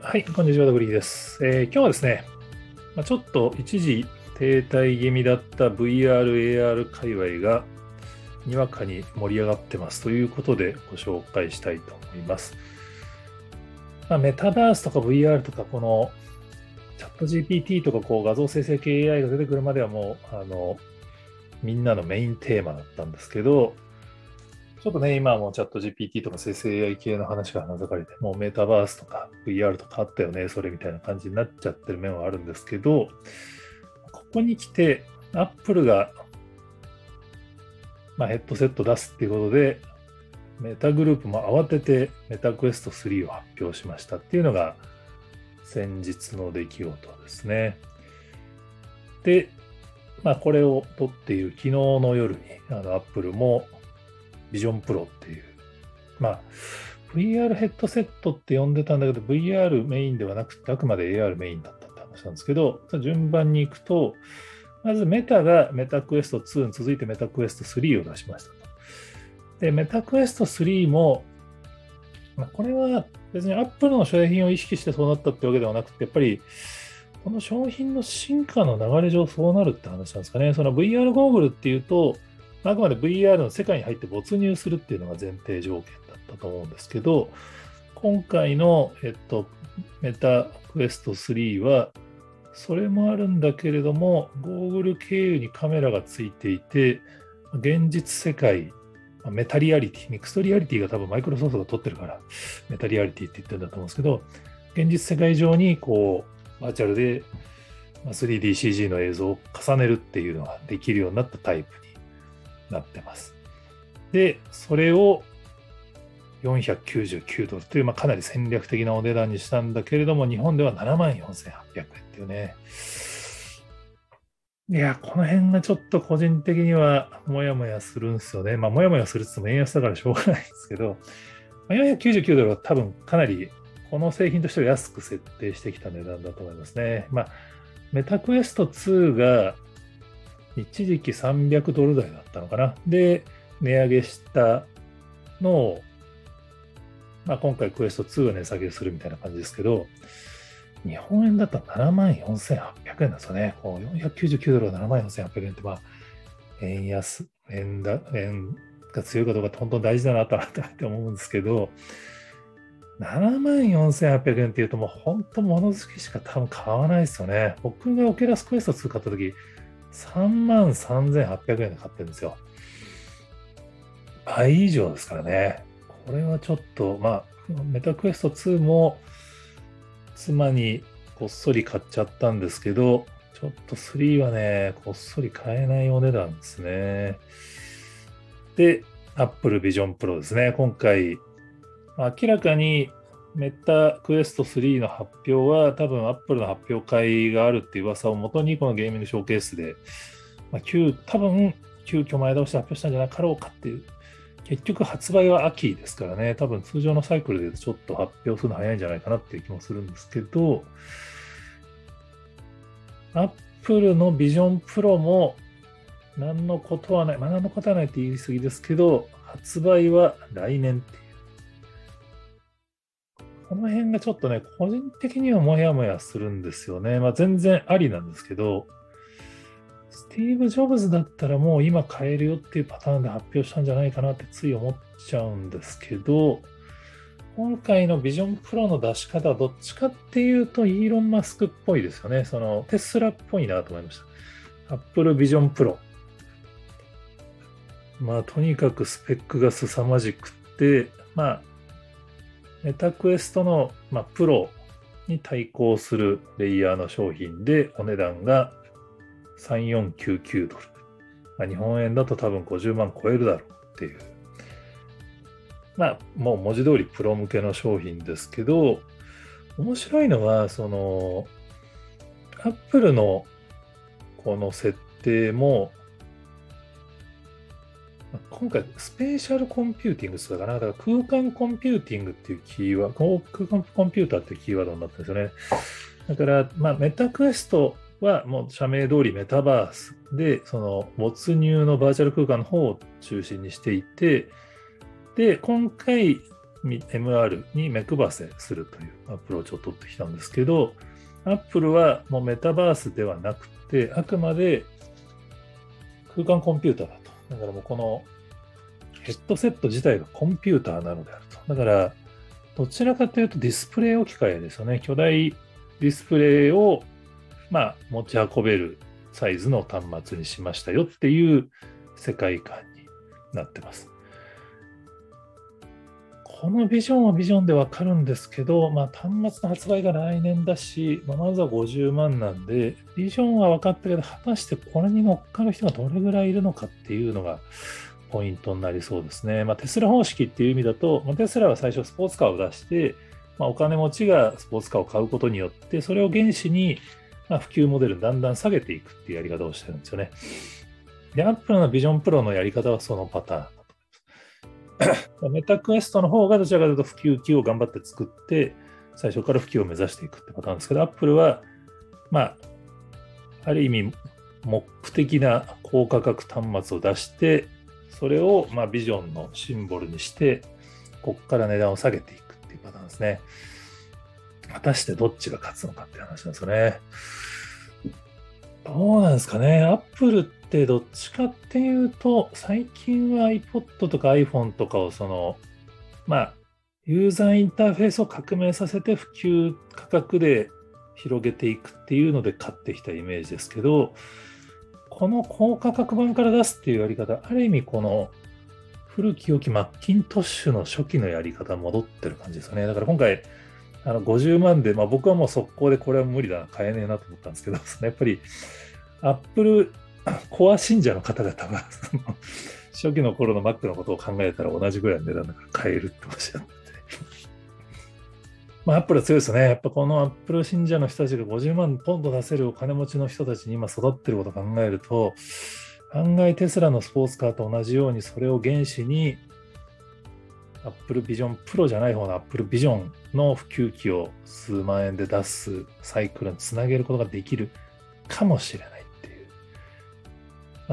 はい、こんにちは、ダグリーです。今日はですね、ちょっと一時停滞気味だった VR、AR 界隈がにわかに盛り上がってますということでご紹介したいと思います。メタバースとか VR とか、このチャット GPT とか画像生成系 AI が出てくるまではもう、みんなのメインテーマだったんですけど、ちょっとね、今はもうチャット GPT とか生成 AI 系の話が花盛りで、もうメタバースとか VR とかあったよね、それみたいな感じになっちゃってる面はあるんですけど、ここに来て、Apple が、ヘッドセット出すっていうことで、メタグループも慌ててメタクエスト3を発表しましたっていうのが先日の出来事ですね。で、これを撮っている昨日の夜にApple も Vision Pro っていう、VR ヘッドセットって呼んでたんだけど、VR メインではなくて、あくまで AR メインだったって話なんですけど、順番に行くと、まずメタがメタクエスト2に続いてメタクエスト3を出しましたと。で、メタクエスト3も、これは別に Apple の商品を意識してそうなったってわけではなくて、やっぱりこの商品の進化の流れ上そうなるって話なんですかね。その VR ゴーグルっていうと、あくまで VR の世界に入って没入するっていうのが前提条件だったと思うんですけど、今回の、メタクエスト3は、それもあるんだけれども、ゴーグル経由にカメラがついていて、現実世界、メタリアリティ、ミクストリアリティが多分マイクロソフトが取ってるから、メタリアリティって言ってるんだと思うんですけど、現実世界上にバーチャルで 3DCG の映像を重ねるっていうのができるようになったタイプになってます。で、それを499ドルという、かなり戦略的なお値段にしたんだけれども、日本では74,800円っていうね。いや、この辺がちょっと個人的にはもやもやするんですよね。もやもやするって言っても円安だからしょうがないんですけど、499ドルは多分かなりこの製品としては安く設定してきた値段だと思いますね。メタクエスト2が一時期300ドル台だったのかな。で、値上げしたのを、今回クエスト2は値下げするみたいな感じですけど、日本円だと74,800円なんですよね。499ドルが74,800円って、円安、円が強いかどうかって本当に大事だなと改めて思うんですけど、74,800円っていうともう本当物好きしか多分買わないですよね。僕がオケラスクエスト2買った時、33,800円で買ってるんですよ。倍以上ですからね。これはちょっと、メタクエスト2も妻にこっそり買っちゃったんですけど、ちょっと3はね、こっそり買えないお値段ですね。で、Apple Vision Pro ですね。今回、明らかにメタクエスト3の発表は多分 Apple の発表会があるっていう噂をもとにこのゲーミングショーケースで、多分急遽前倒して発表したんじゃなかろうかっていう。結局発売は秋ですからね、多分通常のサイクルでちょっと発表するの早いんじゃないかなっていう気もするんですけど、Apple の Vision Pro も何のことはない、何のことはないって言い過ぎですけど、発売は来年っていう。この辺がちょっとね、個人的にはモヤモヤするんですよね。全然ありなんですけど、スティーブ・ジョブズだったらもう今買えるよっていうパターンで発表したんじゃないかなってつい思っちゃうんですけど、今回のビジョンプロの出し方はどっちかっていうとイーロン・マスクっぽいですよね。そのテスラっぽいなと思いました。アップルビジョンプロ。とにかくスペックが凄まじくて、メタクエストの、プロに対抗するレイヤーの商品でお値段が3499ドル。日本円だと多分50万超えるだろうっていう。もう文字通りプロ向けの商品ですけど、面白いのは、アップルのこの設定も、今回スペーシャルコンピューティングって言ったかな。だから空間コンピューティングっていうキーワード、空間コンピューターっていうキーワードになってるんですよね。だから、メタクエストはもう社名通りメタバースで、その没入のバーチャル空間の方を中心にしていて、で、今回、 MR に目配せするというアプローチを取ってきたんですけど、Apple はもうメタバースではなくて、あくまで空間コンピューターだと。だからもうこのヘッドセット自体がコンピューターなのであると。だから、どちらかというとディスプレイ置き換えですよね。巨大ディスプレイを、持ち運べるサイズの端末にしましたよっていう世界観になってます。このビジョンはビジョンでわかるんですけど、端末の発売が来年だし、まずは50万なんで、ビジョンは分かったけど、果たしてこれに乗っかる人がどれぐらいいるのかっていうのがポイントになりそうですね。テスラ方式っていう意味だと、テスラは最初スポーツカーを出して、お金持ちがスポーツカーを買うことによって、それを原資に普及モデルにだんだん下げていくっていうやり方をしてるんですよね。で、Apple のビジョンプロのやり方はそのパターン。メタクエストの方がどちらかというと普及機を頑張って作って、最初から普及を目指していくってパターンですけど、Apple は、ある意味、目的な高価格端末を出して、それをビジョンのシンボルにして、ここから値段を下げていくっていうパターンですね。果たしてどっちが勝つのかっていう話なんですよね。どうなんですかね。Apple ってどっちかっていうと、最近は iPod とか iPhone とかをユーザーインターフェースを革命させて普及価格で広げていくっていうので買ってきたイメージですけど、この高価格版から出すっていうやり方、ある意味この古き良きマッキントッシュの初期のやり方に戻ってる感じですよね。だから今回、50万で、僕はもう速攻でこれは無理だな、買えねえなと思ったんですけど、やっぱり Apple コア信者の方々は、初期の頃の Mac のことを考えたら同じぐらいの値段だから買えるっておっしゃってて。Apple は強いですね。やっぱこの Apple 信者の人たちが50万ポンと出せるお金持ちの人たちに今育ってることを考えると、案外テスラのスポーツカーと同じようにそれを原資にApple Vision Pro じゃない方の Apple Vision の普及機を数万円で出すサイクルにつなげることができるかもしれないっていう。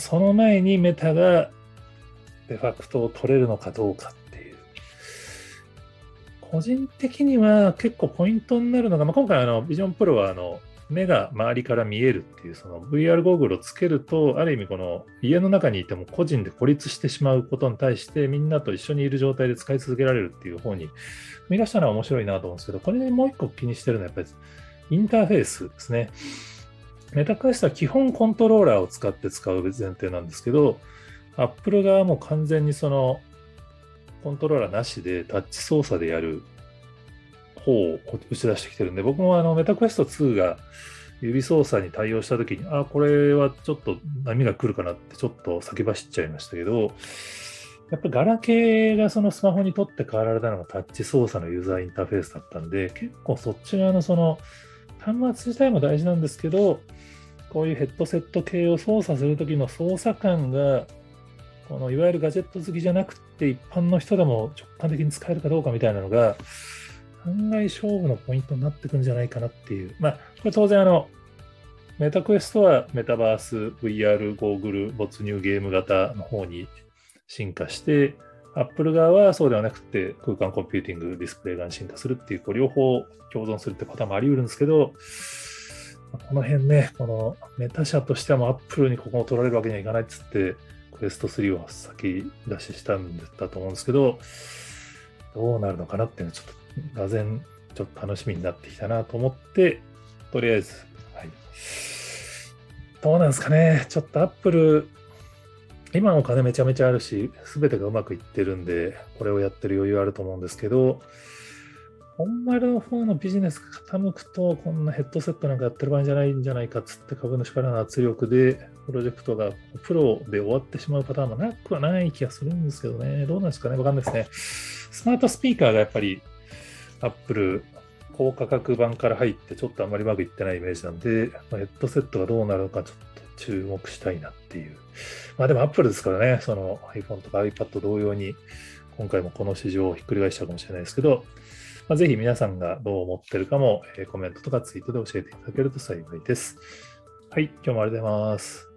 その前にメタがデファクトを取れるのかどうかっていう。個人的には結構ポイントになるのが、今回Vision Pro は目が周りから見えるっていう、その VR ゴーグルをつけると、ある意味この家の中にいても個人で孤立してしまうことに対して、みんなと一緒にいる状態で使い続けられるっていう方に踏み出したのは面白いなと思うんですけど、これでもう一個気にしてるのはやっぱりインターフェースですね。メタクエストは基本コントローラーを使って使う前提なんですけど、Apple 側も完全にそのコントローラーなしでタッチ操作でやる方を打ち出してきてるんで、僕もメタクエスト2が指操作に対応したときに、これはちょっと波が来るかなってちょっと先走っちゃいましたけど、やっぱりガラケーがそのスマホにとって変わられたのがタッチ操作のユーザーインターフェースだったんで、結構そっち側のその端末自体も大事なんですけど、こういうヘッドセット系を操作するときの操作感が、このいわゆるガジェット好きじゃなくて一般の人でも直感的に使えるかどうかみたいなのが、案外勝負のポイントになってくるんじゃないかなっていう。これ当然メタクエストはメタバース VR ゴーグル没入ゲーム型の方に進化して、Apple 側はそうではなくて空間コンピューティングディスプレイ側に進化するっていう、両方共存するってパターンもあり得るんですけど、この辺ね、このメタ社としてはもう Apple にここを取られるわけにはいかないっつって、クエスト3を先出ししたんだと思うんですけど、どうなるのかなっていうのはちょっと、がぜんちょっと楽しみになってきたなと思って、とりあえず、どうなんですかね。ちょっと Apple、今お金めちゃめちゃあるし、すべてがうまくいってるんで、これをやってる余裕あると思うんですけど、本丸の方のビジネスが傾くと、こんなヘッドセットなんかやってる場合じゃないんじゃないかっつって株主からの圧力で、プロジェクトがプロで終わってしまうパターンもなくはない気がするんですけどね。どうなんですかね。わかんないですね。スマートスピーカーがやっぱり Apple 高価格版から入ってちょっとあんまりうまくいってないイメージなんで、ヘッドセットがどうなるのかちょっと注目したいなっていう。でも Apple ですからね、その iPhone とか iPad 同様に今回もこの市場をひっくり返したかもしれないですけど、ぜひ皆さんがどう思ってるかもコメントとかツイートで教えていただけると幸いです。はい、今日もありがとうございます。